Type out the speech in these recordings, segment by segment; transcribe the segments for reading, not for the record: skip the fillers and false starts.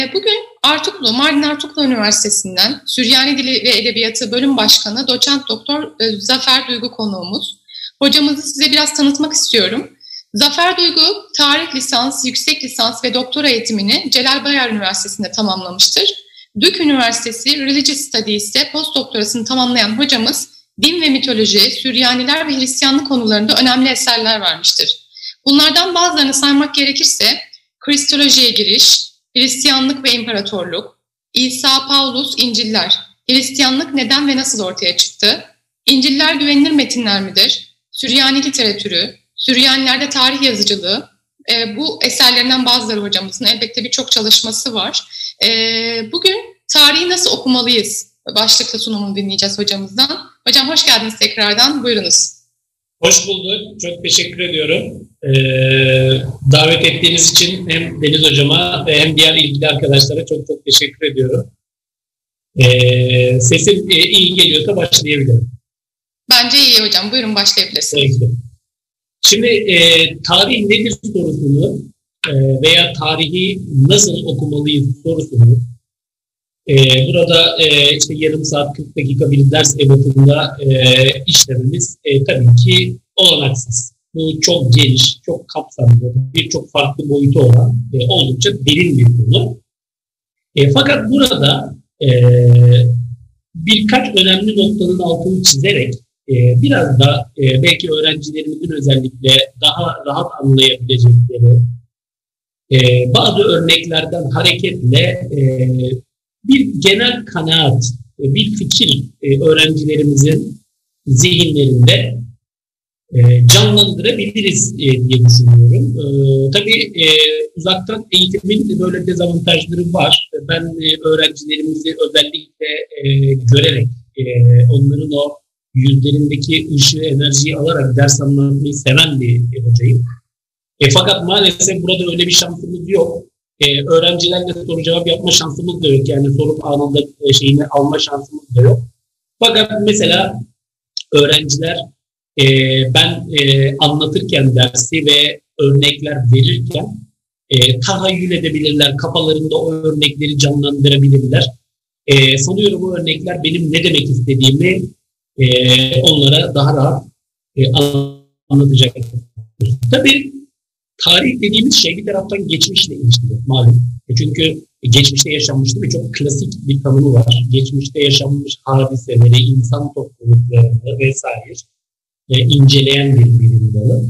Bugün Mardin Artuklu Üniversitesi'nden Süryani Dili ve Edebiyatı Bölüm Başkanı Doçent Doktor Zafer Duygu konuğumuz. Hocamızı size biraz tanıtmak istiyorum. Zafer Duygu, tarih lisans, yüksek lisans ve doktora eğitimini Celal Bayar Üniversitesi'nde tamamlamıştır. Dük Üniversitesi Religious Studies'te postdoktorasını tamamlayan hocamız, din ve mitoloji, Süryaniler ve Hristiyanlık konularında önemli eserler vermiştir. Bunlardan bazılarını saymak gerekirse, Kristolojiye giriş, Hristiyanlık ve İmparatorluk, İsa Paulus İnciller, Hristiyanlık neden ve nasıl ortaya çıktı, İnciller güvenilir metinler midir, Süryani literatürü, Süryanilerde tarih yazıcılığı, bu eserlerinden bazıları hocamızın, elbette birçok çalışması var. Bugün tarihi nasıl okumalıyız başlıklı sunumunu dinleyeceğiz hocamızdan. Hocam hoş geldiniz tekrardan, buyurunuz. Hoş bulduk, çok teşekkür ediyorum. Davet ettiğiniz için hem Deniz Hocama ve hem diğer ilgili arkadaşlara çok çok teşekkür ediyorum. Sesim iyi geliyorsa başlayabilirim. Bence iyi hocam, buyurun başlayabilirsiniz. Peki. Şimdi tarih nedir sorusunu veya tarihi nasıl okumalıyız sorusunu burada işte yarım saat 40 dakika bir ders ebatında işlememiz tabii ki olanaksız. Bu çok geniş, çok kapsamlı, birçok farklı boyutu olan oldukça derin bir konu. Fakat burada birkaç önemli noktanın altını çizerek biraz da belki öğrencilerimizin özellikle daha rahat anlayabilecekleri bazı örneklerden hareketle bir genel kanaat, bir fikir öğrencilerimizin zihinlerinde canlandırabiliriz diye düşünüyorum. Tabii uzaktan eğitimin böyle dezavantajları var. Ben öğrencilerimizi özellikle görerek onların o yüzlerindeki ışığı, enerjiyi alarak ders anlatmayı seven bir hocayım. Fakat maalesef burada öyle bir şansımız yok. Öğrencilerle soru cevap yapma şansımız da yok. Yani sorup anında şeyini alma şansımız da yok. Fakat mesela öğrenciler ben anlatırken dersi ve örnekler verirken tahayyül edebilirler. Kafalarında o örnekleri canlandırabilirler. Sanıyorum bu örnekler benim ne demek istediğimi onlara daha rahat anlatacaktır. Tabii tarih dediğimiz şey bir taraftan geçmişle ilişkili malum. Çünkü geçmişte yaşanmıştı ve çok klasik bir tanımı var. Geçmişte yaşanmış hadiseleri, insan topluluklarını vesaire inceleyen bir bilim dalı.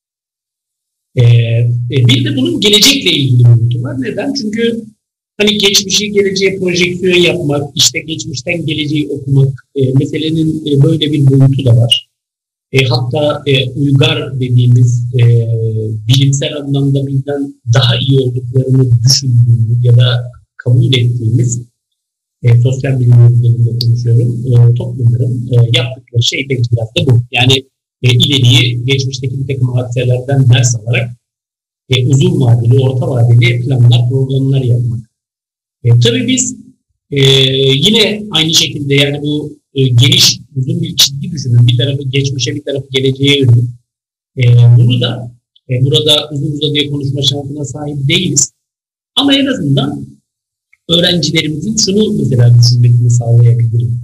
Bir de bunun gelecekle ilgili bir boyutu var. Neden? Çünkü hani geçmişi geleceğe projeksiyon yapmak, işte geçmişten geleceği okumak meselenin böyle bir boyutu da var. Hatta uygar dediğimiz bilimsel anlamda bizden daha iyi olduklarını düşündüğümüz ya da kabul ettiğimiz sosyal bilimler üzerinde konuşuyorum. Toplumların yaptıkları şey belki biraz da bu. Yani ileriyi geçmişteki bir takım hadiselerden ders alarak uzun vadeli, orta vadeli planlar, programlar yapmak. Tabii biz yine aynı şekilde yani bu geniş, uzun bir çizgi düşünün. Bir tarafı geçmişe, bir tarafı geleceğe yönelik. Bunu da burada uzun uzadıya konuşma şansına sahip değiliz. Ama en azından öğrencilerimizin şunu mesela düşünmesini sağlayabilirim.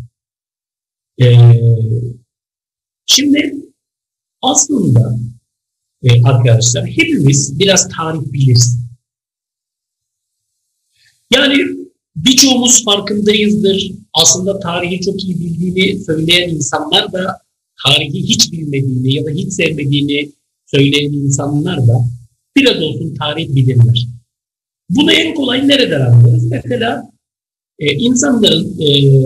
Şimdi aslında arkadaşlar hepimiz biraz tarih biliriz. Yani birçoğumuz farkındayızdır. Aslında tarihi çok iyi bildiğini söyleyen insanlar da tarihi hiç bilmediğini ya da hiç sevmediğini söyleyen insanlar da biraz olsun tarih bilirler. Bunu en kolay nereden anlarız? Mesela insanların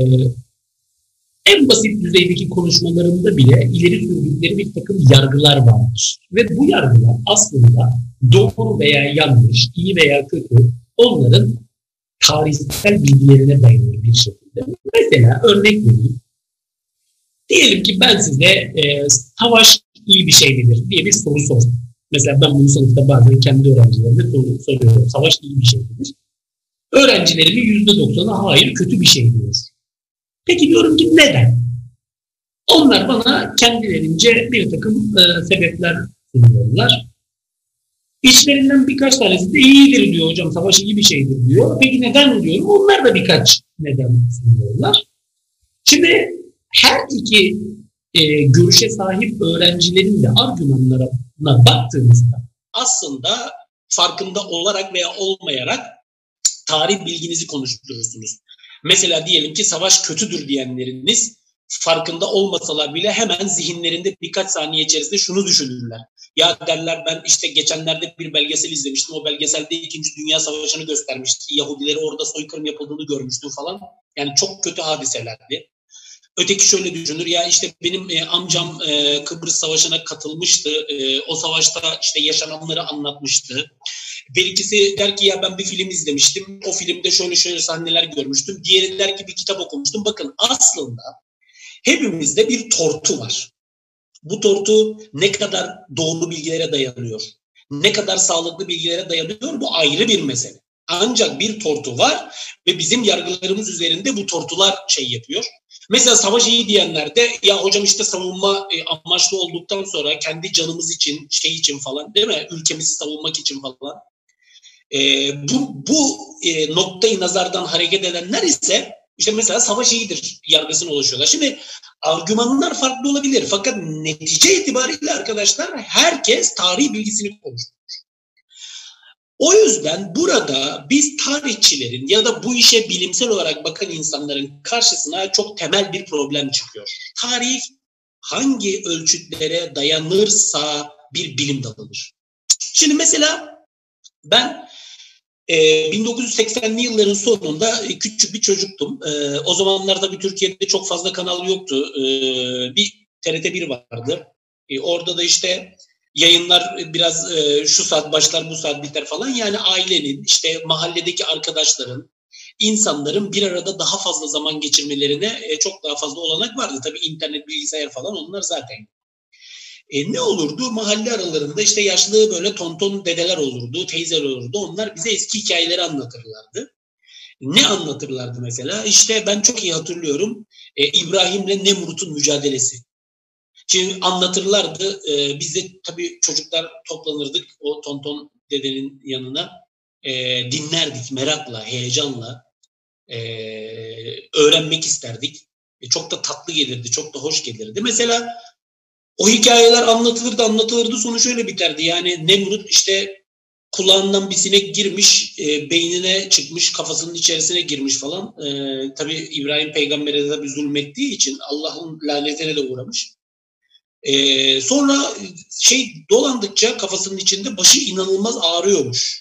en basit düzeydeki konuşmalarında bile ileri sürdükleri bir takım yargılar vardır. Ve bu yargılar aslında doğru veya yanlış, iyi veya kötü onların tarihsel bilgilerine dayanır bir şekilde. Mesela örnek vereyim. Diyelim ki ben size savaş iyi bir şey midir diye bir soru sordum. Mesela ben bunu sınıfta bazen kendi öğrencilerime soruyorum. Savaş iyi bir şey midir? Öğrencilerimin %90'ı hayır kötü bir şey diyor. Peki diyorum ki neden? Onlar bana kendilerince bir takım sebepler sunuyorlar. İçlerinden birkaç tanesi de iyidir diyor hocam, savaş iyi bir şeydir diyor. Peki neden diyorum? Onlar da birkaç neden sunuyorlar. Şimdi her iki görüşe sahip öğrencilerin de argümanlarına baktığımızda aslında farkında olarak veya olmayarak tarih bilginizi konuşturursunuz. Mesela diyelim ki savaş kötüdür diyenleriniz farkında olmasalar bile hemen zihinlerinde birkaç saniye içerisinde şunu düşünürler. Ya derler, ben işte geçenlerde bir belgesel izlemiştim. O belgeselde 2. Dünya Savaşı'nı göstermişti. Yahudileri orada soykırım yapıldığını görmüştüm falan. Yani çok kötü hadiselerdi. Öteki şöyle düşünür, ya işte benim amcam Kıbrıs Savaşı'na katılmıştı. O savaşta işte yaşananları anlatmıştı. Birisi der ki ya ben bir film izlemiştim. O filmde şöyle şöyle sahneler görmüştüm. Diğeri der ki bir kitap okumuştum. Bakın aslında hepimizde bir tortu var. Bu tortu ne kadar doğru bilgilere dayanıyor, ne kadar sağlıklı bilgilere dayanıyor, bu ayrı bir mesele. Ancak bir tortu var ve bizim yargılarımız üzerinde bu tortular şey yapıyor. Mesela savaş iyi diyenler de ya hocam işte savunma amaçlı olduktan sonra kendi canımız için, şey için falan, değil mi? Ülkemizi savunmak için falan. Bu noktayı nazardan hareket edenler ise işte mesela savaş iyidir yargısına ulaşıyorlar. Şimdi argümanlar farklı olabilir fakat netice itibariyle arkadaşlar herkes tarih bilgisini konuşuyor. O yüzden burada biz tarihçilerin ya da bu işe bilimsel olarak bakan insanların karşısına çok temel bir problem çıkıyor. Tarih hangi ölçütlere dayanırsa bir bilim dalıdır. Şimdi mesela ben 1980'li yılların sonunda küçük bir çocuktum. O zamanlar tabii Türkiye'de çok fazla kanal yoktu. Bir TRT1 vardı. Orada da işte yayınlar biraz şu saat başlar, bu saat biter falan. Yani ailenin, işte mahalledeki arkadaşların, insanların bir arada daha fazla zaman geçirmelerine çok daha fazla olanak vardı. Tabii internet, bilgisayar falan onlar zaten. Ne olurdu? Mahalle aralarında işte yaşlı böyle tonton dedeler olurdu, teyzeler olurdu. Onlar bize eski hikayeleri anlatırlardı. Ne anlatırlardı mesela? İşte ben çok iyi hatırlıyorum. İbrahim'le Nemrut'un mücadelesi. Şimdi anlatırlardı. Biz de tabii çocuklar toplanırdık o tonton dedenin yanına. Dinlerdik merakla, heyecanla. Öğrenmek isterdik. Çok da tatlı gelirdi, çok da hoş gelirdi. Mesela o hikayeler anlatılırdı sonu şöyle biterdi. Yani Nemrut işte kulağından bir sinek girmiş, beynine çıkmış, kafasının içerisine girmiş falan. Tabii İbrahim peygambere de tabii zulmettiği için Allah'ın lanetine de uğramış. Sonra dolandıkça kafasının içinde başı inanılmaz ağrıyormuş.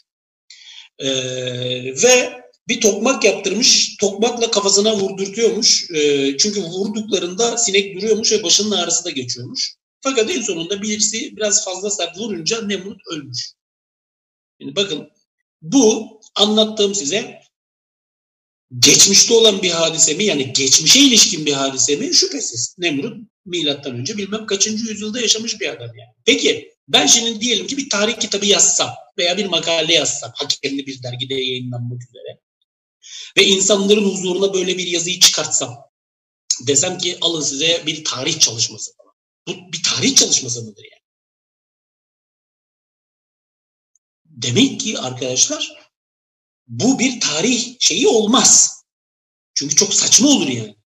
Ve bir tokmak yaptırmış, tokmakla kafasına vurdurtuyormuş. Çünkü vurduklarında sinek duruyormuş ve başının ağrısı da geçiyormuş. Fakat en sonunda birisi biraz fazla sert vurunca Nemrut ölmüş. Yani bakın bu anlattığım size geçmişte olan bir hadise mi? Yani geçmişe ilişkin bir hadise mi? Şüphesiz. Nemrut milattan önce bilmem kaçıncı yüzyılda yaşamış bir adam yani. Peki ben şimdi diyelim ki bir tarih kitabı yazsam veya bir makale yazsam, hakemli bir dergide yayınlanmak üzere ve insanların huzuruna böyle bir yazıyı çıkartsam, desem ki alın size bir tarih çalışması falan. Bu bir tarih çalışması mıdır yani? Demek ki arkadaşlar bu bir tarih şeyi olmaz. Çünkü çok saçma olur yani.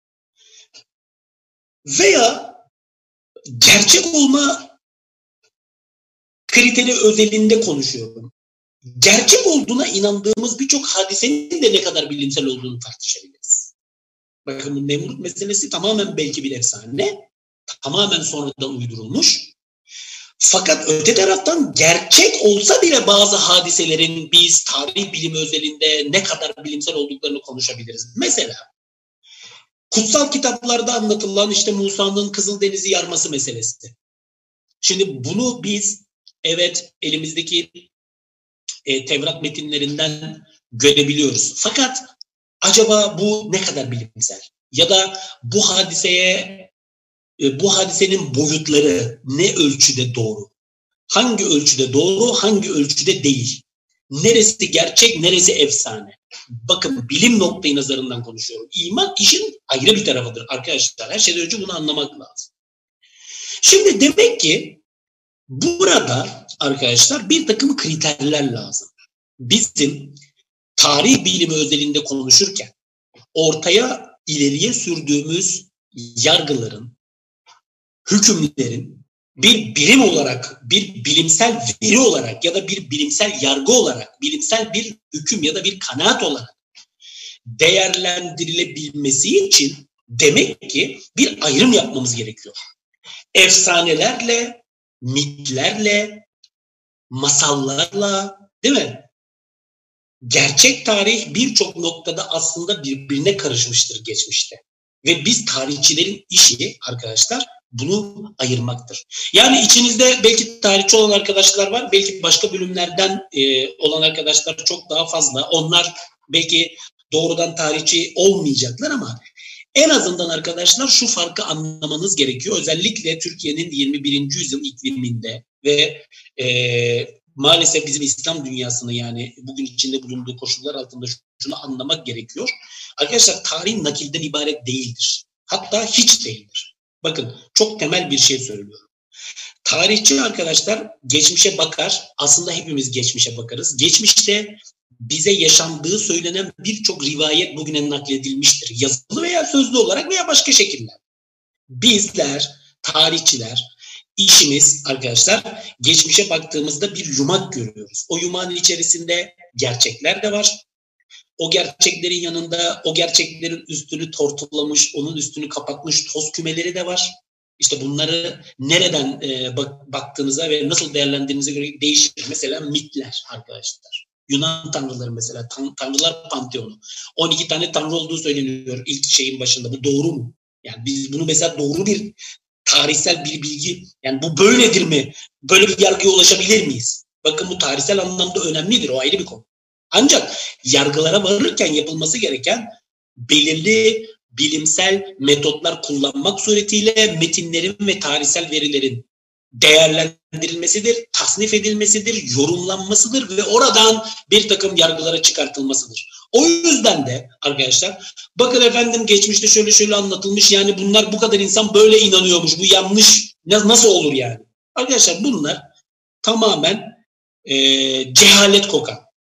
Veya gerçek olma kriteri özelinde konuşuyorum. Gerçek olduğuna inandığımız birçok hadisenin de ne kadar bilimsel olduğunu tartışabiliriz. Bakın bu Nemrut meselesi tamamen belki bir efsane, tamamen sonradan uydurulmuş. Fakat öte taraftan gerçek olsa bile bazı hadiselerin biz tarih bilimi özelinde ne kadar bilimsel olduklarını konuşabiliriz. Mesela kutsal kitaplarda anlatılan işte Musa'nın Kızıldeniz'i yarması meselesi. Şimdi bunu biz evet elimizdeki Tevrat metinlerinden görebiliyoruz. Fakat acaba bu ne kadar bilimsel? Ya da bu hadisenin boyutları ne ölçüde doğru? Hangi ölçüde doğru, hangi ölçüde değil? Neresi gerçek, neresi efsane? Bakın bilim noktayı nazarından konuşuyorum. İman işin ayrı bir tarafıdır arkadaşlar. Her şeyden önce bunu anlamak lazım. Şimdi demek ki burada arkadaşlar bir takım kriterler lazım. Bizim tarih bilimi özelinde konuşurken ortaya ileriye sürdüğümüz yargıların, hükümlerin bir birim olarak, bir bilimsel veri olarak ya da bir bilimsel yargı olarak, bilimsel bir hüküm ya da bir kanaat olarak değerlendirilebilmesi için demek ki bir ayrım yapmamız gerekiyor. Efsanelerle, mitlerle, masallarla, değil mi? Gerçek tarih birçok noktada aslında birbirine karışmıştır geçmişte. Ve biz tarihçilerin işi arkadaşlar bunu ayırmaktır. Yani içinizde belki tarihçi olan arkadaşlar var, belki başka bölümlerden olan arkadaşlar çok daha fazla. Onlar belki doğrudan tarihçi olmayacaklar ama en azından arkadaşlar şu farkı anlamanız gerekiyor. Özellikle Türkiye'nin 21. yüzyıl ikliminde ve maalesef bizim İslam dünyasını yani bugün içinde bulunduğu koşullar altında şunu anlamak gerekiyor. Arkadaşlar tarih nakilden ibaret değildir. Hatta hiç değildir. Bakın çok temel bir şey söylüyorum. Tarihçi arkadaşlar geçmişe bakar. Aslında hepimiz geçmişe bakarız. Geçmişte bize yaşandığı söylenen birçok rivayet bugüne nakledilmiştir. Yazılı veya sözlü olarak veya başka şekiller. Bizler, tarihçiler, işimiz arkadaşlar geçmişe baktığımızda bir yumak görüyoruz. O yumağın içerisinde gerçekler de var. O gerçeklerin yanında o gerçeklerin üstünü tortulamış, onun üstünü kapatmış toz kümeleri de var. İşte bunları nereden baktığınıza ve nasıl değerlendirdiğinize göre değişir. Mesela mitler arkadaşlar. Yunan tanrıları mesela, tanrılar panteonu. 12 tane tanrı olduğu söyleniyor ilk şeyin başında. Bu doğru mu? Yani biz bunu mesela doğru bir tarihsel bir bilgi, yani bu böyledir mi? Böyle bir yargıya ulaşabilir miyiz? Bakın bu tarihsel anlamda önemlidir, o ayrı bir konu. Ancak yargılara varırken yapılması gereken belirli bilimsel metotlar kullanmak suretiyle metinlerin ve tarihsel verilerin değerlendirilmesidir, tasnif edilmesidir, yorumlanmasıdır ve oradan bir takım yargılara çıkartılmasıdır. O yüzden de arkadaşlar bakın efendim geçmişte şöyle şöyle anlatılmış, yani bunlar bu kadar insan böyle inanıyormuş, bu yanlış, nasıl olur yani? Arkadaşlar bunlar tamamen cehalet kokan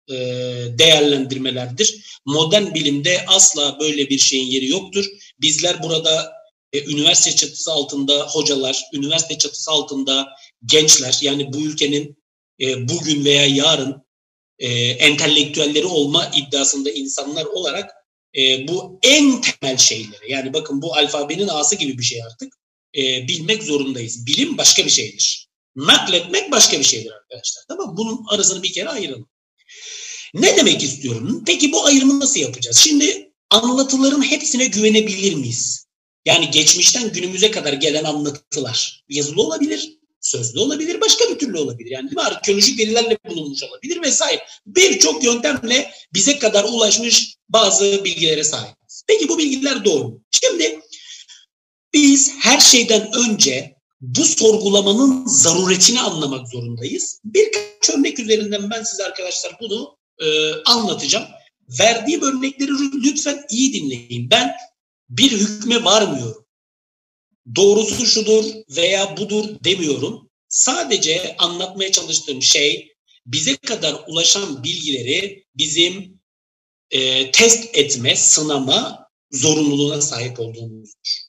değerlendirmelerdir. Modern bilimde asla böyle bir şeyin yeri yoktur. Bizler burada üniversite çatısı altında hocalar, üniversite çatısı altında gençler, yani bu ülkenin bugün veya yarın entelektüelleri olma iddiasında insanlar olarak bu en temel şeyleri, yani bakın bu alfabenin A'sı gibi bir şey artık bilmek zorundayız. Bilim başka bir şeydir. Nakletmek başka bir şeydir arkadaşlar. Tamam, bunun arasını bir kere ayıralım. Ne demek istiyorum? Peki bu ayrımı nasıl yapacağız? Şimdi anlatıların hepsine güvenebilir miyiz? Yani geçmişten günümüze kadar gelen anlatılar yazılı olabilir, sözlü olabilir, başka bir türlü olabilir. Yani arkeolojik verilerle bulunmuş olabilir vesaire. Birçok yöntemle bize kadar ulaşmış bazı bilgilere sahibiz. Peki bu bilgiler doğru mu? Şimdi biz her şeyden önce bu sorgulamanın zaruretini anlamak zorundayız. Birkaç örnek üzerinden ben size arkadaşlar bunu anlatacağım. Verdiğim örnekleri lütfen iyi dinleyin. Ben bir hükme varmıyorum. Doğrusu şudur veya budur demiyorum. Sadece anlatmaya çalıştığım şey bize kadar ulaşan bilgileri bizim test etme, sınama zorunluluğuna sahip olduğumuzdur.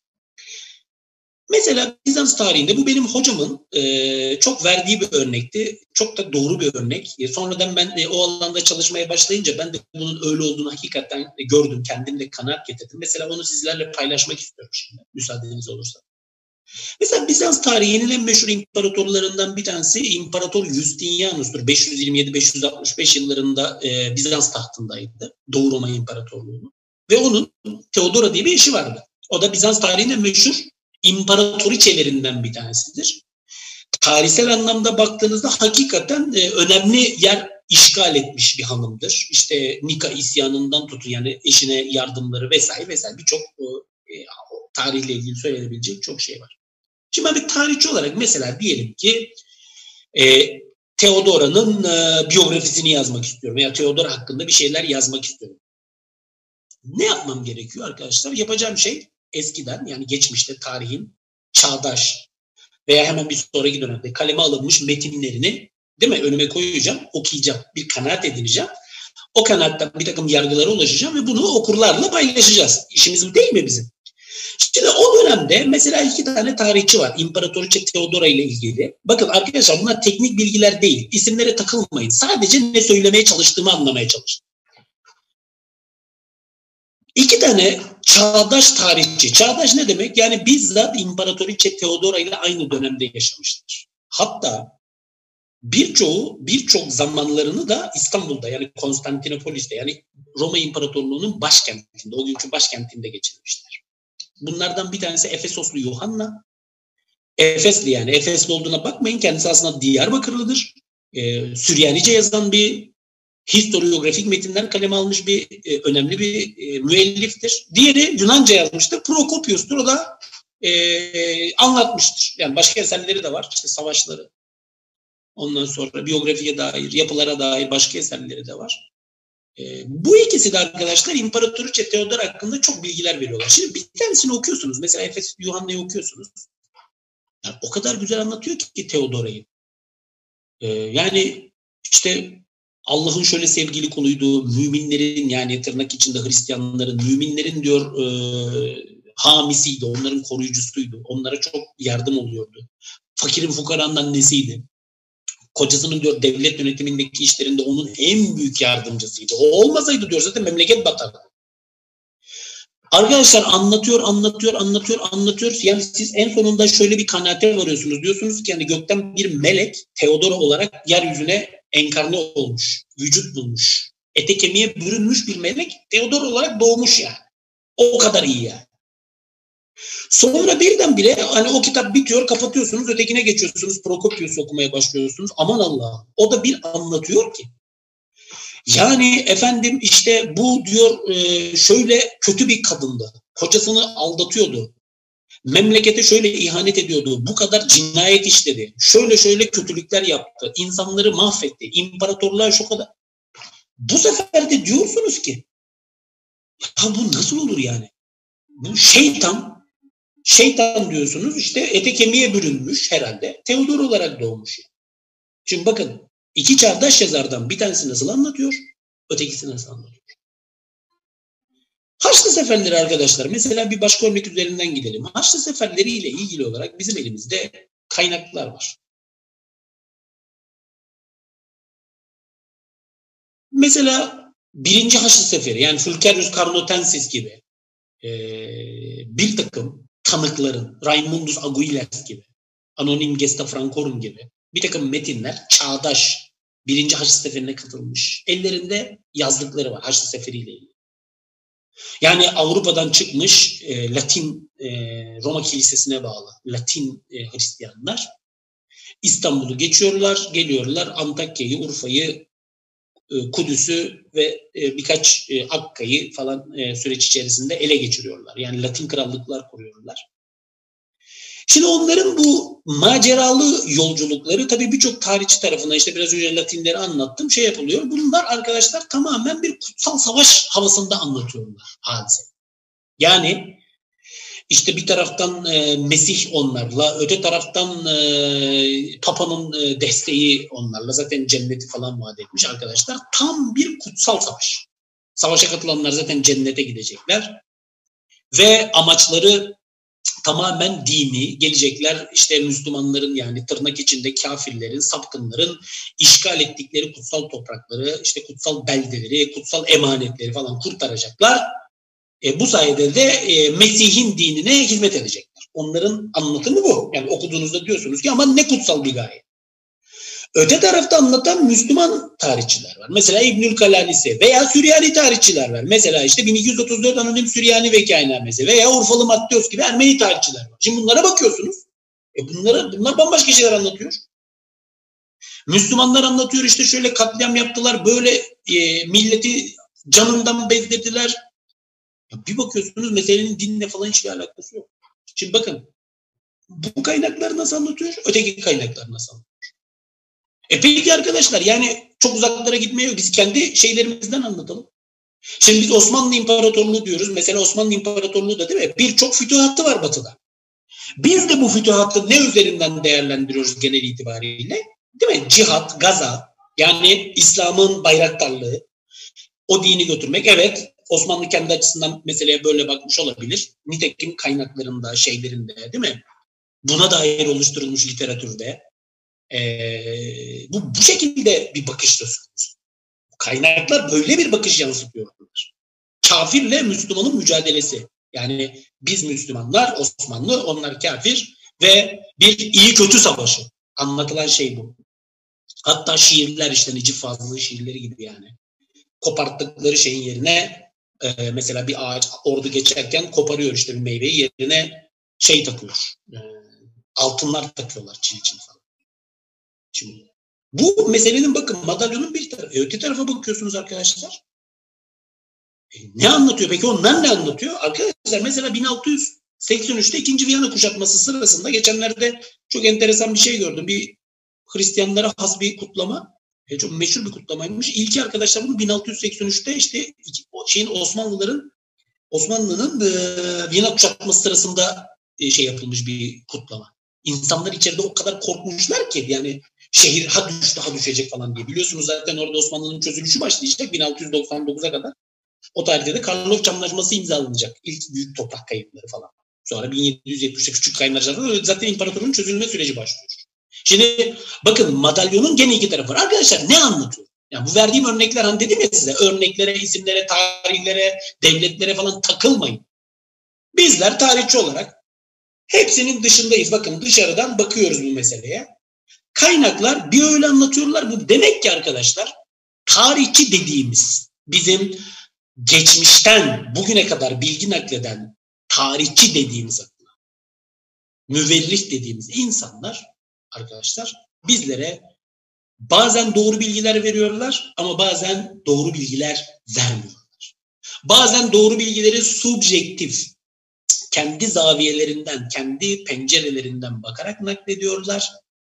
Mesela Bizans tarihinde bu benim hocamın çok verdiği bir örnekti. Çok da doğru bir örnek. Sonradan ben o alanda çalışmaya başlayınca ben de bunun öyle olduğunu hakikaten gördüm. Kendimle kanaat getirdim. Mesela onu sizlerle paylaşmak istiyorum şimdi, müsaadeniz olursa. Mesela Bizans tarihinin en meşhur imparatorlarından bir tanesi İmparator Justinianus'tur. 527-565 yıllarında Bizans tahtındaydı. Doğu Roma İmparatorluğu'nu. Ve onun Theodora diye bir eşi vardı. O da Bizans tarihinin meşhur imparatoriçelerinden bir tanesidir. Tarihsel anlamda baktığınızda hakikaten önemli yer işgal etmiş bir hanımdır. İşte Nika isyanından tutun, yani eşine yardımları vesaire vesaire, birçok tarihle ilgili söylenebilecek çok şey var. Şimdi ben bir tarihçi olarak mesela diyelim ki Theodora'nın biyografisini yazmak istiyorum veya Theodora hakkında bir şeyler yazmak istiyorum. Ne yapmam gerekiyor arkadaşlar? Yapacağım şey eskiden, yani geçmişte tarihin çağdaş veya hemen bir sonraki dönemde kaleme alınmış metinlerini Değil mi? Önüme koyacağım, okuyacağım, bir kanaat edineceğim. O kanaatten bir takım yargılara ulaşacağım ve bunu okurlarla paylaşacağız. İşimiz bu değil mi bizim? Şimdi o dönemde mesela 2 tane tarihçi var. İmparatoriçe Theodora ile ilgili. Bakın arkadaşlar bunlar teknik bilgiler değil. İsimlere takılmayın. Sadece ne söylemeye çalıştığımı anlamaya çalışın. 2 tane çağdaş tarihçi. Çağdaş ne demek? Yani bizzat İmparatoriçe Theodora ile aynı dönemde yaşamışlar. Hatta birçok zamanlarını da İstanbul'da, yani Konstantinopolis'te, yani Roma İmparatorluğu'nun başkentinde, o günkü başkentinde geçirmişler. Bunlardan bir tanesi Efesoslu Yuhanna. Efesli, yani Efesli olduğuna bakmayın, kendisi aslında Diyarbakırlıdır. Süryanice yazan bir historiografik metinler kaleme almış bir önemli bir müelliftir. Diğeri Yunanca yazmıştır. Prokopius'tur. O da anlatmıştır. Yani başka eserleri de var. İşte savaşları. Ondan sonra biyografiye dair, yapılara dair başka eserleri de var. Bu ikisi de arkadaşlar İmparatoriçe Theodora hakkında çok bilgiler veriyorlar. Şimdi bir tanesini okuyorsunuz. Mesela Efes Yuhanna'yı okuyorsunuz. Yani o kadar güzel anlatıyor ki Theodora'yı. Yani işte Allah'ın şöyle sevgili kuluydu, müminlerin, yani tırnak içinde Hristiyanların, müminlerin diyor hamisiydi, onların koruyucusuydu. Onlara çok yardım oluyordu. Fakirin fukaranın annesiydi. Kocasının diyor devlet yönetimindeki işlerinde onun en büyük yardımcısıydı. O olmasaydı diyor zaten memleket batardı. Arkadaşlar anlatıyor. Yani siz en sonunda şöyle bir kanaate varıyorsunuz. Diyorsunuz ki yani gökten bir melek Theodora olarak yeryüzüne enkarne olmuş, vücut bulmuş. Ete kemiğe bürünmüş bir melek Theodora olarak doğmuş yani. O kadar iyi yani. Sonra birdenbire hani o kitap bitiyor, kapatıyorsunuz, ötekine geçiyorsunuz, Prokopius okumaya başlıyorsunuz. Aman Allah'ım, o da bir anlatıyor ki. Yani efendim işte bu diyor şöyle kötü bir kadındı. Kocasını aldatıyordu. Memlekete şöyle ihanet ediyordu. Bu kadar cinayet işledi. Şöyle kötülükler yaptı. İnsanları mahvetti. İmparatorluğa şu kadar. Bu sefer de diyorsunuz ki ya bu nasıl olur yani? Bu şeytan diyorsunuz, işte ete kemiğe bürünmüş herhalde. Theodor olarak doğmuş. Şimdi bakın, 2 çağdaş yazardan bir tanesi nasıl anlatıyor, ötekisi nasıl anlatıyor. Haçlı seferleri arkadaşlar, mesela bir başka örnek üzerinden gidelim. Haçlı seferleri ile ilgili olarak bizim elimizde kaynaklar var. Mesela 1. Haçlı Seferi, yani Fulcerius Carnotensis gibi bir takım tanıkların, Raimundus Aguilas gibi, Anonim Gesta Francorum gibi bir takım metinler çağdaş 1. Haçlı Seferi'ne katılmış. Ellerinde yazdıkları var Haçlı Seferi ile ilgili. Yani Avrupa'dan çıkmış Latin Roma Kilisesi'ne bağlı Latin Hristiyanlar İstanbul'u geçiyorlar, geliyorlar Antakya'yı, Urfa'yı, Kudüs'ü ve birkaç Akka'yı falan süreç içerisinde ele geçiriyorlar. Yani Latin krallıklar kuruyorlar. Şimdi onların bu maceralı yolculukları tabii birçok tarihçi tarafından, işte biraz önce Latinleri anlattım, şey yapılıyor. Bunlar arkadaşlar tamamen bir kutsal savaş havasında anlatıyorlar hadise. Yani işte bir taraftan Mesih onlarla, öte taraftan Papa'nın desteği onlarla, zaten cenneti falan vaat etmiş arkadaşlar. Tam bir kutsal savaş. Savaşa katılanlar zaten cennete gidecekler. Ve amaçları tamamen dini, gelecekler işte Müslümanların, yani tırnak içinde kafirlerin, sapkınların işgal ettikleri kutsal toprakları, işte kutsal beldeleri, kutsal emanetleri falan kurtaracaklar. Bu sayede de Mesih'in dinine hizmet edecekler. Onların anlatımı bu. Yani okuduğunuzda diyorsunuz ki ama ne kutsal bir gaye. Öte tarafta anlatan Müslüman tarihçiler var. Mesela İbnül Kalalisi veya Süryani tarihçiler var. Mesela işte 1234 Anonim Süryani Vekainamesi veya Urfalı Matteos gibi Ermeni tarihçiler var. Şimdi bunlara bakıyorsunuz. Bunlar bambaşka şeyler anlatıyor. Müslümanlar anlatıyor, işte şöyle katliam yaptılar, böyle milleti canından bezdirdiler. Bir bakıyorsunuz meselenin dinle falan hiçbir alakası yok. Şimdi bakın, bu kaynaklar nasıl anlatıyor, öteki kaynaklar nasıl anlatıyor? Peki arkadaşlar, yani çok uzaklara gitmeye yok. Biz kendi şeylerimizden anlatalım. Şimdi biz Osmanlı İmparatorluğu diyoruz. Mesela Osmanlı İmparatorluğu da değil mi? Birçok fütühatı var batıda. Biz de bu fütühatı ne üzerinden değerlendiriyoruz genel itibariyle? değil mi? Cihat, gaza, yani İslam'ın bayraktarlığı, o dini götürmek. Evet, Osmanlı kendi açısından meseleye böyle bakmış olabilir. Nitekim kaynaklarında, şeylerinde, değil mi? Buna dair oluşturulmuş literatürde bu şekilde bir bakış söz konusu. Kaynaklar böyle bir bakış yansıtıyorlar. Kafirle Müslümanın mücadelesi. Yani biz Müslümanlar, Osmanlı, onlar kafir ve bir iyi kötü savaşı. Anlatılan şey bu. Hatta şiirler, işte Necip Fazıl'ın şiirleri gibi yani. Koparttıkları şeyin yerine mesela bir ağaç, ordu geçerken koparıyor işte bir meyveyi, yerine şey takıyor. Altınlar takıyorlar, çil çil falan. Şimdi bu meselenin, bakın, madalyonun bir tarafı. Öte tarafa bakıyorsunuz arkadaşlar. Ne anlatıyor peki? Onlar ne anlatıyor? Arkadaşlar mesela 1683'te 2. Viyana kuşatması sırasında geçenlerde çok enteresan bir şey gördüm. Bir Hristiyanlara has bir kutlama. Çok meşhur bir kutlamaymış. İlki arkadaşlar bunu 1683'te işte Osmanlı'nın Viyana kuşatması sırasında şey yapılmış bir kutlama. İnsanlar içeride o kadar korkmuşlar ki yani şehir ha düşecek falan diye. Biliyorsunuz zaten orada Osmanlı'nın çözülüşü başlayacak 1699'a kadar. O tarihte de Karlofça Anlaşması imzalanacak. İlk büyük toprak kayıpları falan. Sonra 1770'te küçük kayıplar zaten imparatorluğun çözülme süreci başlıyor. Şimdi bakın, madalyonun gene iki tarafı var. Arkadaşlar ne anlatıyor? Yani bu verdiğim örnekler, hani dedim ya size, örneklere, isimlere, tarihlere, devletlere falan takılmayın. Bizler tarihçi olarak hepsinin dışındayız. Bakın, dışarıdan bakıyoruz bu meseleye. Kaynaklar bir öyle anlatıyorlar. Bu demek ki arkadaşlar, tarihçi dediğimiz, bizim geçmişten bugüne kadar bilgi nakleden tarihçi dediğimiz, müverrih dediğimiz insanlar arkadaşlar bizlere bazen doğru bilgiler veriyorlar ama bazen doğru bilgiler vermiyorlar. Bazen doğru bilgileri subjektif, kendi zaviyelerinden, kendi pencerelerinden bakarak naklediyorlar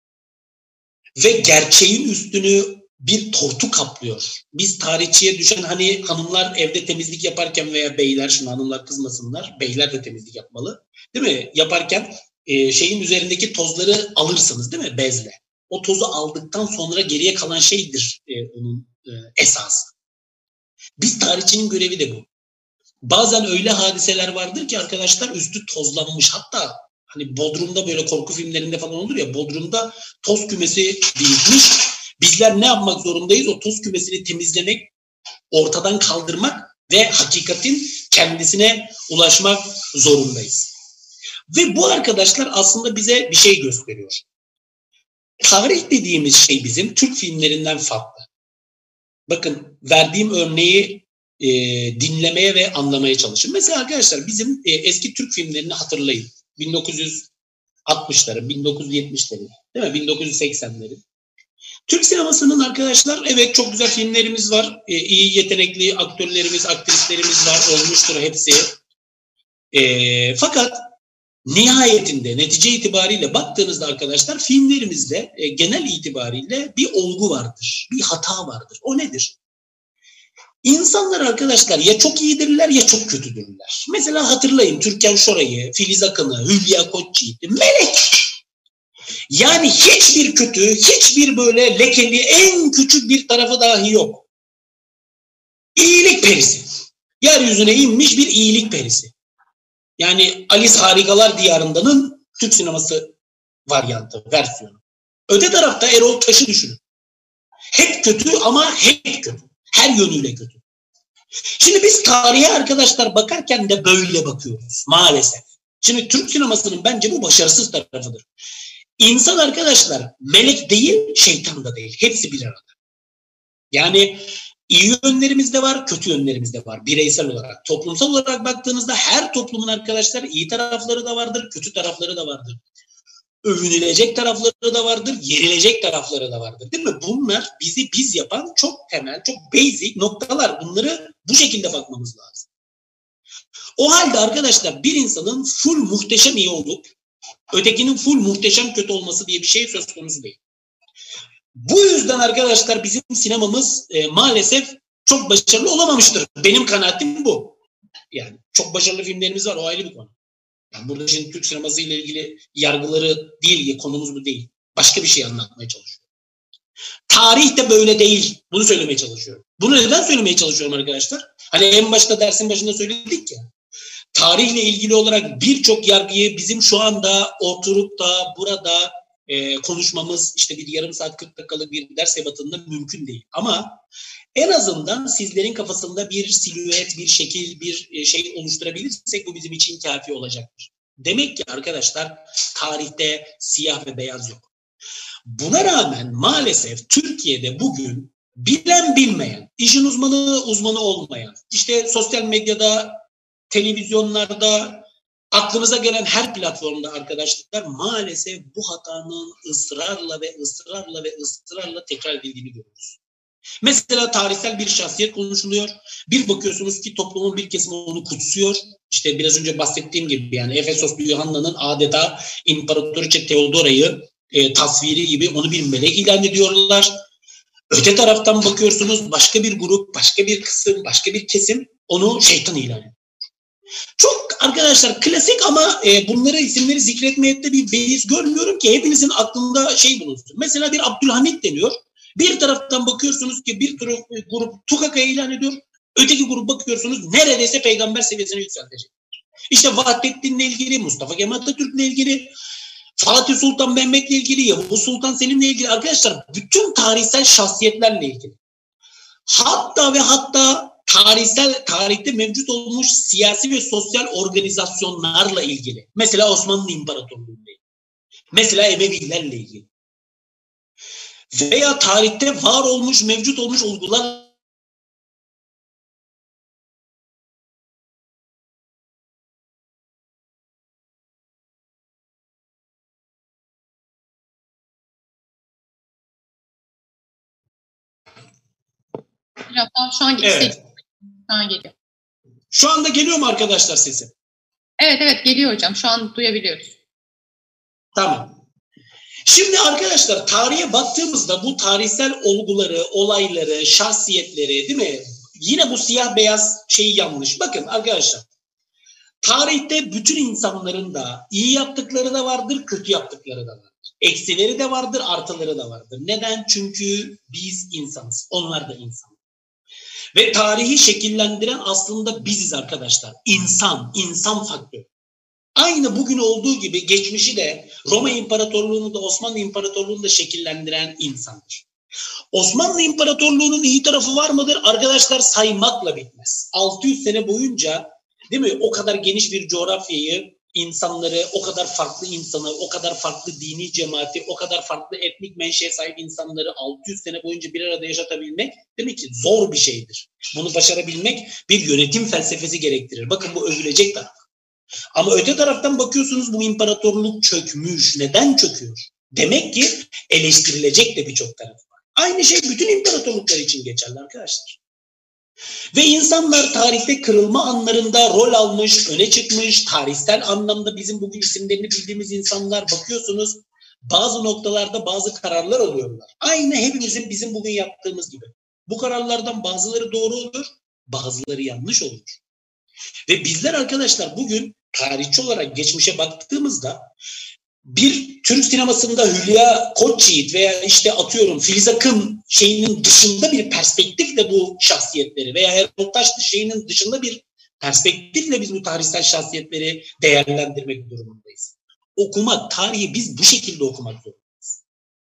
ve gerçeğin üstünü bir tortu kaplıyor. Biz tarihçiye düşen, hani hanımlar evde temizlik yaparken veya beyler, şimdi hanımlar kızmasınlar, beyler de temizlik yapmalı, değil mi? Yaparken şeyin üzerindeki tozları alırsınız, değil mi? Bezle. O tozu aldıktan sonra geriye kalan şeydir onun esası. Biz tarihçinin görevi de bu. Bazen öyle hadiseler vardır ki arkadaşlar, üstü tozlanmış, hatta hani Bodrum'da böyle korku filmlerinde falan olur ya, Bodrum'da toz kümesi birikmiş. Bizler ne yapmak zorundayız? O toz kümesini temizlemek, ortadan kaldırmak ve hakikatin kendisine ulaşmak zorundayız. Ve bu arkadaşlar aslında bize bir şey gösteriyor. Tarih dediğimiz şey bizim Türk filmlerinden farklı. Bakın, verdiğim örneği dinlemeye ve anlamaya çalışın. Mesela arkadaşlar bizim eski Türk filmlerini hatırlayın. 1960'ları, 1970'leri, değil mi? 1980'leri. Türk sinemasının arkadaşlar, evet, çok güzel filmlerimiz var. İyi yetenekli aktörlerimiz, aktrislerimiz var. Olmuştur hepsi. Fakat nihayetinde, netice itibariyle baktığınızda arkadaşlar, filmlerimizde genel itibariyle bir olgu vardır. Bir hata vardır. O nedir? İnsanlar arkadaşlar ya çok iyidirler ya çok kötüdürler. Mesela hatırlayın Türkan Şoray'ı, Filiz Akın'ı, Hülya Koçyiğit'i, melek. Yani hiçbir kötü, hiçbir böyle lekeli, en küçük bir tarafı dahi yok. İyilik perisi. Yeryüzüne inmiş bir iyilik perisi. Yani Alice Harikalar Diyarında'nın Türk sineması varyantı, versiyonu. Öte tarafta Erol Taş'ı düşünün. Hep kötü ama hep kötü. Her yönüyle kötü. Şimdi biz tarihe arkadaşlar bakarken de böyle bakıyoruz maalesef. Şimdi Türk sinemasının bence bu başarısız tarafıdır. İnsan arkadaşlar melek değil, şeytan da değil. Hepsi bir arada. Yani iyi yönlerimiz de var, kötü yönlerimiz de var bireysel olarak. Toplumsal olarak baktığınızda her toplumun arkadaşlar iyi tarafları da vardır, kötü tarafları da vardır. Övünülecek tarafları da vardır, yerilecek tarafları da vardır. Değil mi? Bunlar bizi biz yapan çok temel, çok basic noktalar. Bunları bu şekilde bakmamız lazım. O halde arkadaşlar bir insanın full muhteşem iyi olup ötekinin full muhteşem kötü olması diye bir şey söz konusu değil. Bu yüzden arkadaşlar bizim sinemamız maalesef çok başarılı olamamıştır. Benim kanaatim bu. Yani çok başarılı filmlerimiz var, o ayrı bir konu. Yani burada şimdi Türk sineması ile ilgili yargıları değil, konumuz bu değil. Başka bir şey anlatmaya çalışıyorum. Tarih de böyle değil. Bunu söylemeye çalışıyorum. Bunu neden söylemeye çalışıyorum arkadaşlar? Hani en başta dersin başında söyledik ya. Tarihle ilgili olarak birçok yargıyı bizim şu anda oturup da burada konuşmamız işte bir yarım saat 40 dakikalık bir ders ebatında mümkün değil. Ama en azından sizlerin kafasında bir silüet, bir şekil, bir şey oluşturabilirsek bu bizim için kafi olacaktır. Demek ki arkadaşlar tarihte siyah ve beyaz yok. Buna rağmen maalesef Türkiye'de bugün bilen bilmeyen, işin uzmanı olmayan, işte sosyal medyada, televizyonlarda, aklımıza gelen her platformda arkadaşlar maalesef bu hatanın ısrarla tekrar edildiğini görüyoruz. Mesela tarihsel bir şahsiyet konuşuluyor. Bir bakıyorsunuz ki toplumun bir kesimi onu kutsuyor. İşte biraz önce bahsettiğim gibi yani Efesoslu Yuhanna'nın adeta İmparatoriçe Theodora'yı tasviri gibi onu bir melek ilan ediyorlar. Öte taraftan bakıyorsunuz başka bir grup, başka bir kısım, başka bir kesim onu şeytan ilan ediyor. Çok arkadaşlar klasik ama bunları isimleri zikretmeye de bir beis görmüyorum ki hepinizin aklında şey bulunsun. Mesela bir Abdülhamit deniyor. Bir taraftan bakıyorsunuz ki bir grup Tukaka'yı ilan ediyor. Öteki grup bakıyorsunuz neredeyse peygamber seviyesine yükseltecek. İşte Vahdettin'le ilgili, Mustafa Kemal Atatürk'le ilgili, Fatih Sultan Mehmet'le ilgili, Yavuz Sultan Selim'le ilgili arkadaşlar bütün tarihsel şahsiyetlerle ilgili. Hatta tarihte mevcut olmuş siyasi ve sosyal organizasyonlarla ilgili. Mesela Osmanlı İmparatorluğu'yla ilgili. Mesela Emevilerle ilgili. Veya tarihte var olmuş, mevcut olmuş olgular Şu an evet. Şu an geliyor. Şu anda geliyor mu arkadaşlar sesim? Evet geliyor hocam. Şu an duyabiliyoruz. Tamam. Şimdi arkadaşlar tarihe baktığımızda bu tarihsel olguları, olayları, şahsiyetleri değil mi? Yine bu siyah beyaz şeyi yanlış. Bakın arkadaşlar tarihte bütün insanların da iyi yaptıkları da vardır, kötü yaptıkları da vardır. Eksileri de vardır, artıları da vardır. Neden? Çünkü biz insanız. Onlar da insan. Ve tarihi şekillendiren aslında biziz arkadaşlar. İnsan faktörü. Aynı bugün olduğu gibi geçmişi de Roma İmparatorluğu'nu da Osmanlı İmparatorluğu'nu da şekillendiren insandır. Osmanlı İmparatorluğu'nun iyi tarafı var mıdır? Arkadaşlar saymakla bitmez. 600 sene boyunca değil mi? O kadar geniş bir coğrafyayı, insanları, o kadar farklı insanı, o kadar farklı dini cemaati, o kadar farklı etnik menşeye sahip insanları 600 sene boyunca bir arada yaşatabilmek demek ki zor bir şeydir. Bunu başarabilmek bir yönetim felsefesi gerektirir. Bakın bu övülecek taraf. Ama öte taraftan bakıyorsunuz bu imparatorluk çökmüş. Neden çöküyor? Demek ki eleştirilecek de birçok tarafı var. Aynı şey bütün imparatorluklar için geçerli arkadaşlar. Ve insanlar tarihte kırılma anlarında rol almış, öne çıkmış, tarihsel anlamda bizim bugün isimlerini bildiğimiz insanlar bakıyorsunuz bazı noktalarda bazı kararlar alıyorlar. Aynı hepimizin bizim bugün yaptığımız gibi. Bu kararlardan bazıları doğru olur, bazıları yanlış olur. Ve bizler arkadaşlar bugün tarihçi olarak geçmişe baktığımızda bir Türk sinemasında Hülya Koçyiğit veya işte atıyorum Filiz Akın şeyinin dışında bir perspektifle bu şahsiyetleri veya Erol Taş şeyinin dışında bir perspektifle biz bu tarihsel şahsiyetleri değerlendirmek durumundayız. Tarihi biz bu şekilde okumak zorundayız.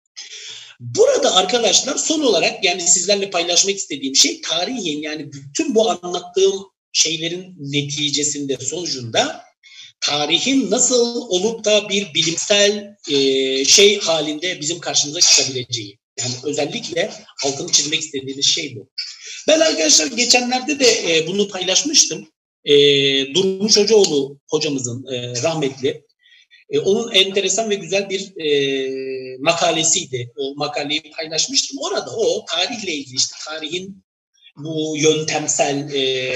Burada arkadaşlar son olarak yani sizlerle paylaşmak istediğim şey tarihin yani bütün bu anlattığım şeylerin neticesinde sonucunda tarihin nasıl olup da bir bilimsel şey halinde bizim karşımıza çıkabileceği. Yani özellikle altını çizmek istediğimiz şey bu. Ben arkadaşlar geçenlerde de bunu paylaşmıştım. Durmuş Hocaoğlu hocamızın rahmetli. Onun enteresan ve güzel bir makalesiydi. O makaleyi paylaşmıştım. Orada o tarihle ilgili işte tarihin bu yöntemsel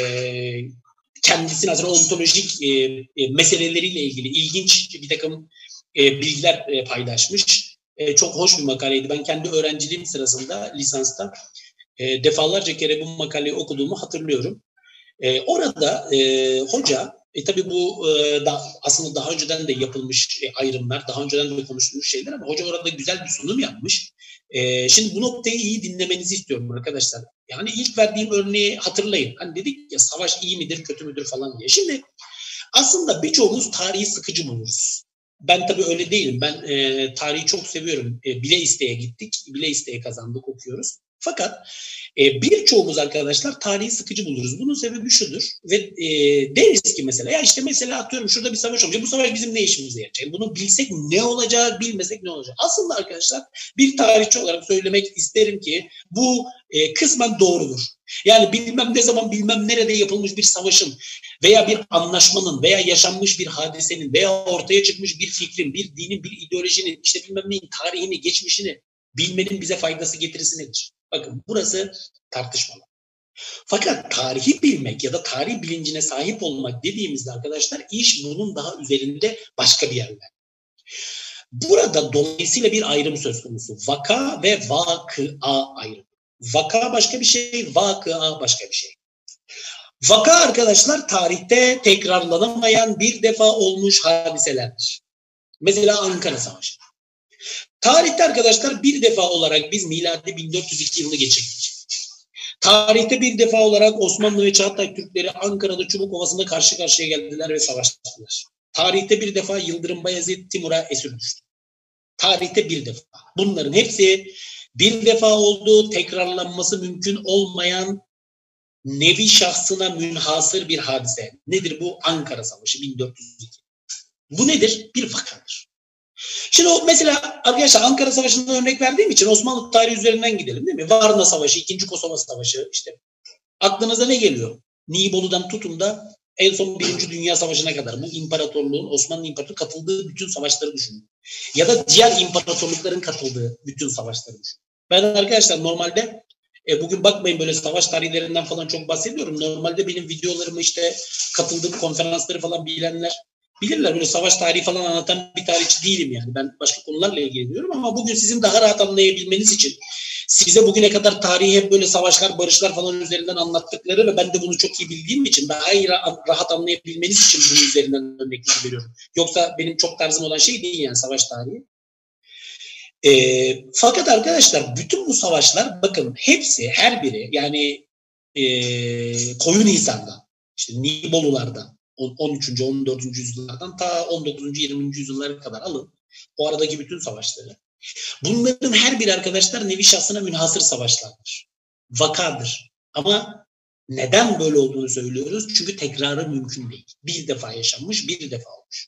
kendisine aslında ontolojik meseleleriyle ilgili ilginç bir takım bilgiler paylaşmış. Çok hoş bir makaleydi. Ben kendi öğrenciliğim sırasında lisansta defalarca kere bu makaleyi okuduğumu hatırlıyorum. Orada hoca Tabii bu aslında daha önceden de yapılmış ayrımlar, daha önceden de konuşulmuş şeyler ama hoca orada güzel bir sunum yapmış. Şimdi bu noktayı iyi dinlemenizi istiyorum arkadaşlar. Yani ilk verdiğim örneği hatırlayın. Hani dedik ya savaş iyi midir, kötü müdür falan diye. Şimdi aslında birçoğumuz tarihi sıkıcı buluruz. Ben tabii öyle değilim. Ben tarihi çok seviyorum. Bile isteye gittik, bile isteye kazandık, okuyoruz. Fakat birçoğumuz arkadaşlar tarihi sıkıcı buluruz. Bunun sebebi şudur ve deriz ki mesela ya işte mesela atıyorum şurada bir savaş olacak. Bu savaş bizim ne işimize yarayacak? Bunu bilsek ne olacak, bilmesek ne olacak? Aslında arkadaşlar bir tarihçi olarak söylemek isterim ki bu kısmen doğrudur. Yani bilmem ne zaman bilmem nerede yapılmış bir savaşın veya bir anlaşmanın veya yaşanmış bir hadisenin veya ortaya çıkmış bir fikrin, bir dinin, bir ideolojinin işte bilmem neyin tarihini, geçmişini bilmenin bize faydası getirisi nedir? Bakın burası tartışmalı. Fakat tarihi bilmek ya da tarih bilincine sahip olmak dediğimizde arkadaşlar iş bunun daha üzerinde başka bir yerde. Burada dolayısıyla bir ayrım söz konusu. Vaka ve vakıa ayrımı. Vaka başka bir şey, vakıa başka bir şey. Vaka arkadaşlar tarihte tekrarlanamayan bir defa olmuş hadiselerdir. Mesela Ankara Savaşı. Tarihte arkadaşlar bir defa olarak biz miladi 1402 yılını geçirdik. Tarihte bir defa olarak Osmanlı ve Çağatay Türkleri Ankara'da Çubuk Ovası'nda karşı karşıya geldiler ve savaştılar. Tarihte bir defa Yıldırım Bayezid Timur'a esir düştü. Tarihte bir defa. Bunların hepsi bir defa oldu, tekrarlanması mümkün olmayan nevi şahsına münhasır bir hadise. Nedir bu? Ankara Savaşı 1402. Bu nedir? Bir vakadır. Şimdi mesela arkadaşlar Ankara Savaşı'ndan örnek verdiğim için Osmanlı tarihi üzerinden gidelim değil mi? Varna Savaşı, 2. Kosova Savaşı işte. Aklınıza ne geliyor? Nibolu'dan tutun da en son 1. Dünya Savaşı'na kadar bu imparatorluğun, Osmanlı İmparatorluğu katıldığı bütün savaşları düşünün. Ya da diğer imparatorlukların katıldığı bütün savaşları düşünün. Ben arkadaşlar normalde bugün bakmayın böyle savaş tarihlerinden falan çok bahsediyorum. Normalde benim videolarımı işte katıldığım konferansları falan bilenler bilirler. Böyle savaş tarihi falan anlatan bir tarihçi değilim yani. Ben başka konularla ilgileniyorum ama bugün sizin daha rahat anlayabilmeniz için size bugüne kadar tarihi hep böyle savaşlar, barışlar falan üzerinden anlattıkları ve ben de bunu çok iyi bildiğim için daha iyi rahat anlayabilmeniz için bunun üzerinden örnekler veriyorum. Yoksa benim çok tarzım olan şey değil yani savaş tarihi. Fakat arkadaşlar bütün bu savaşlar bakın hepsi her biri yani Koyunhisar'dan, işte Nibolulardan, 13. 14. yüzyıllardan ta 19. 20. yüzyıllara kadar alın. O aradaki bütün savaşları. Bunların her biri arkadaşlar nevi şahsına münhasır savaşlardır. Vakadır. Ama neden böyle olduğunu söylüyoruz? Çünkü tekrarı mümkün değil. Bir defa yaşanmış, bir defa olmuş.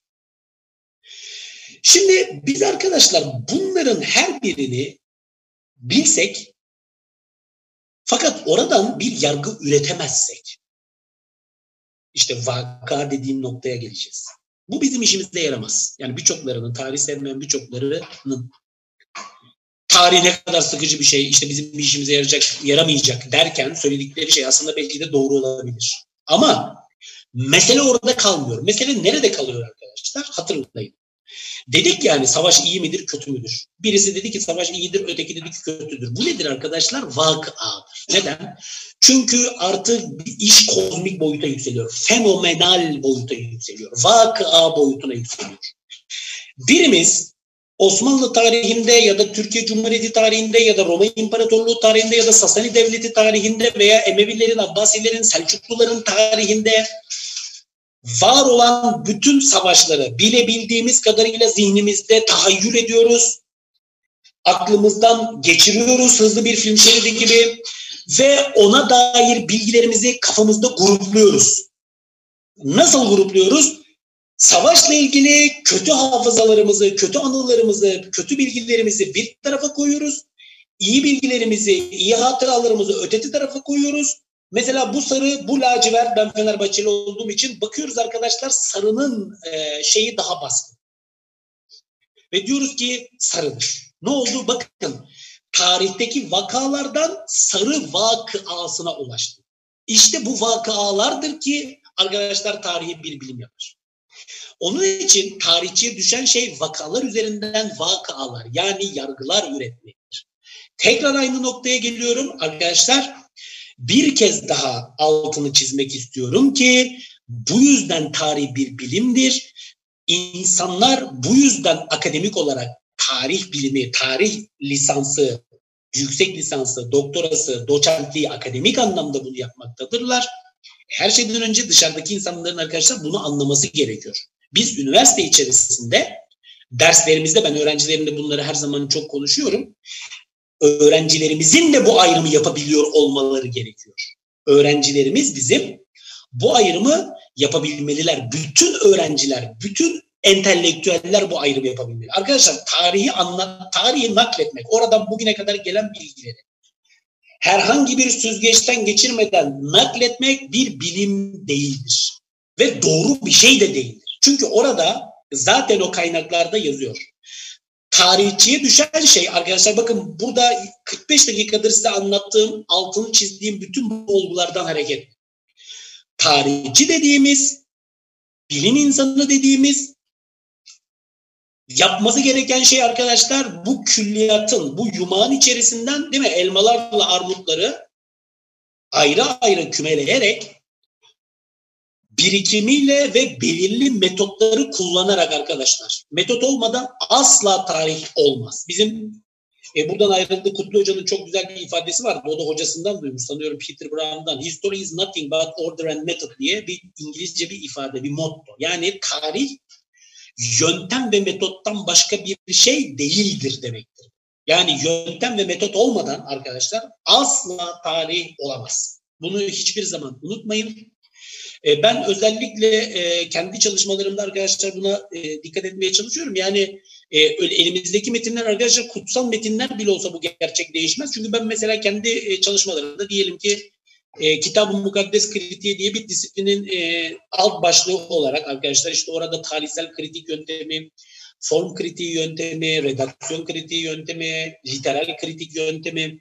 Şimdi biz arkadaşlar bunların her birini bilsek fakat oradan bir yargı üretemezsek işte vaka dediğim noktaya geleceğiz. Bu bizim işimizde yaramaz. Yani birçoklarının, tarih sevmeyen birçoklarının tarih ne kadar sıkıcı bir şey, işte bizim bir işimize yaramayacak derken söyledikleri şey aslında belki de doğru olabilir. Ama mesele orada kalmıyor. Mesele nerede kalıyor arkadaşlar? Hatırlayın. Dedik yani savaş iyi midir, kötü müdür? Birisi dedi ki savaş iyidir, öteki dedi ki kötüdür. Bu nedir arkadaşlar? Vakıadır. Neden? Çünkü artık iş kozmik boyuta yükseliyor. Fenomenal boyuta yükseliyor. Vakıa boyutuna yükseliyor. Birimiz Osmanlı tarihinde ya da Türkiye Cumhuriyeti tarihinde ya da Roma İmparatorluğu tarihinde ya da Sasani Devleti tarihinde veya Emevilerin, Abbasilerin, Selçukluların tarihinde var olan bütün savaşları bilebildiğimiz kadarıyla zihnimizde tahayyül ediyoruz. Aklımızdan geçiriyoruz hızlı bir film şeridi gibi ve ona dair bilgilerimizi kafamızda grupluyoruz. Nasıl grupluyoruz? Savaşla ilgili kötü hafızalarımızı, kötü anılarımızı, kötü bilgilerimizi bir tarafa koyuyoruz. İyi bilgilerimizi, iyi hatıralarımızı öteki tarafa koyuyoruz. Mesela bu sarı, bu lacivert, ben Fenerbahçeli olduğum için bakıyoruz arkadaşlar sarının şeyi daha baskın. Ve diyoruz ki sarıdır. Ne oldu? Bakın tarihteki vakalardan sarı vakıasına ulaştı. İşte bu vakıalardır ki arkadaşlar tarihi bir bilim yapar. Onun için tarihçiye düşen şey vakalar üzerinden vakıalar yani yargılar üretmektir. Tekrar aynı noktaya geliyorum arkadaşlar. Bir kez daha altını çizmek istiyorum ki Bu yüzden tarih bir bilimdir. İnsanlar bu yüzden akademik olarak tarih bilimi, tarih lisansı, yüksek lisansı, doktorası, doçentliği akademik anlamda bunu yapmaktadırlar. Her şeyden önce dışarıdaki insanların arkadaşlar bunu anlaması gerekiyor. Biz üniversite içerisinde derslerimizde, ben öğrencilerimle bunları her zaman çok konuşuyorum. Öğrencilerimizin de bu ayrımı yapabiliyor olmaları gerekiyor. Öğrencilerimiz bizim bu ayrımı yapabilmeliler. Bütün öğrenciler, bütün entelektüeller bu ayrımı yapabilmeli. Arkadaşlar tarihi nakletmek, oradan bugüne kadar gelen bilgileri herhangi bir süzgeçten geçirmeden nakletmek bir bilim değildir. Ve doğru bir şey de değildir. Çünkü orada zaten o kaynaklarda yazıyor. Tarihçiye düşen şey arkadaşlar, bakın burada 45 dakikadır size anlattığım, altını çizdiğim bütün bu olgulardan hareket. Tarihçi dediğimiz, bilim insanı dediğimiz yapması gereken şey arkadaşlar, bu külliyatın, bu yumağın içerisinden, değil mi, elmalarla armutları ayrı ayrı kümeleyerek birikimiyle ve belirli metotları kullanarak arkadaşlar. Metot olmadan asla tarih olmaz. Bizim buradan ayrıldığı Kutlu Hoca'nın çok güzel bir ifadesi var. O da hocasından duymuş sanıyorum, Peter Brown'dan. History is nothing but order and method diye bir İngilizce bir ifade, bir motto. Yani tarih yöntem ve metottan başka bir şey değildir demektir. Yani yöntem ve metot olmadan arkadaşlar asla tarih olamaz. Bunu hiçbir zaman unutmayın. Ben özellikle kendi çalışmalarımda arkadaşlar buna dikkat etmeye çalışıyorum. Yani elimizdeki metinler arkadaşlar kutsal metinler bile olsa bu gerçek değişmez. Çünkü ben mesela kendi çalışmalarımda diyelim ki Kitab-ı Mukaddes kritiği diye bir disiplinin alt başlığı olarak arkadaşlar işte orada tarihsel kritik yöntemi, form kritiği yöntemi, redaksiyon kritiği yöntemi, literal kritik yöntemi,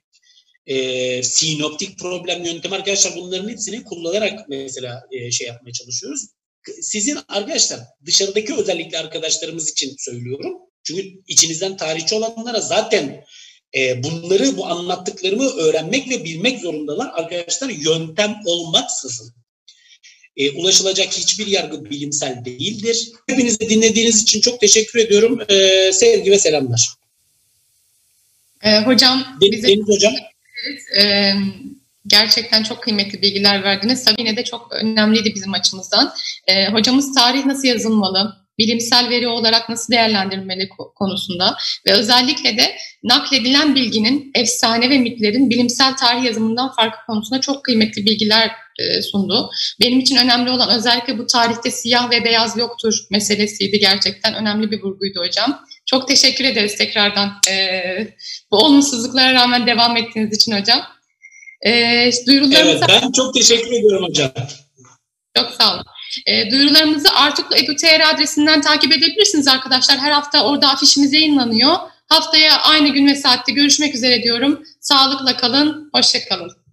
sinoptik problem yöntemi arkadaşlar, bunların hepsini kullanarak mesela şey yapmaya çalışıyoruz. Sizin arkadaşlar dışarıdaki özellikle arkadaşlarımız için söylüyorum. Çünkü içinizden tarihçi olanlara zaten bunları, bu anlattıklarımı öğrenmek ve bilmek zorundalar. Arkadaşlar yöntem olmaksızın ulaşılacak hiçbir yargı bilimsel değildir. Hepinize dinlediğiniz için çok teşekkür ediyorum. Sevgi ve selamlar. Hocam, Deniz Hocam. Evet, gerçekten çok kıymetli bilgiler verdiniz. Tabii yine de çok önemliydi bizim açımızdan. Hocamız tarih nasıl yazılmalı, bilimsel veri olarak nasıl değerlendirilmeli konusunda ve özellikle de nakledilen bilginin, efsane ve mitlerin bilimsel tarih yazımından farkı konusunda çok kıymetli bilgiler sundu. Benim için önemli olan özellikle bu tarihte siyah ve beyaz yoktur meselesiydi. Gerçekten önemli bir vurguydu hocam. Çok teşekkür ederiz tekrardan bu olumsuzluklara rağmen devam ettiğiniz için hocam. Evet, ben çok teşekkür ediyorum hocam. Çok sağ olun. Duyurularımızı Artuklu.edu.tr adresinden takip edebilirsiniz arkadaşlar. Her hafta orada afişimiz yayınlanıyor. Haftaya aynı gün ve saatte görüşmek üzere diyorum. Sağlıkla kalın, hoşça kalın.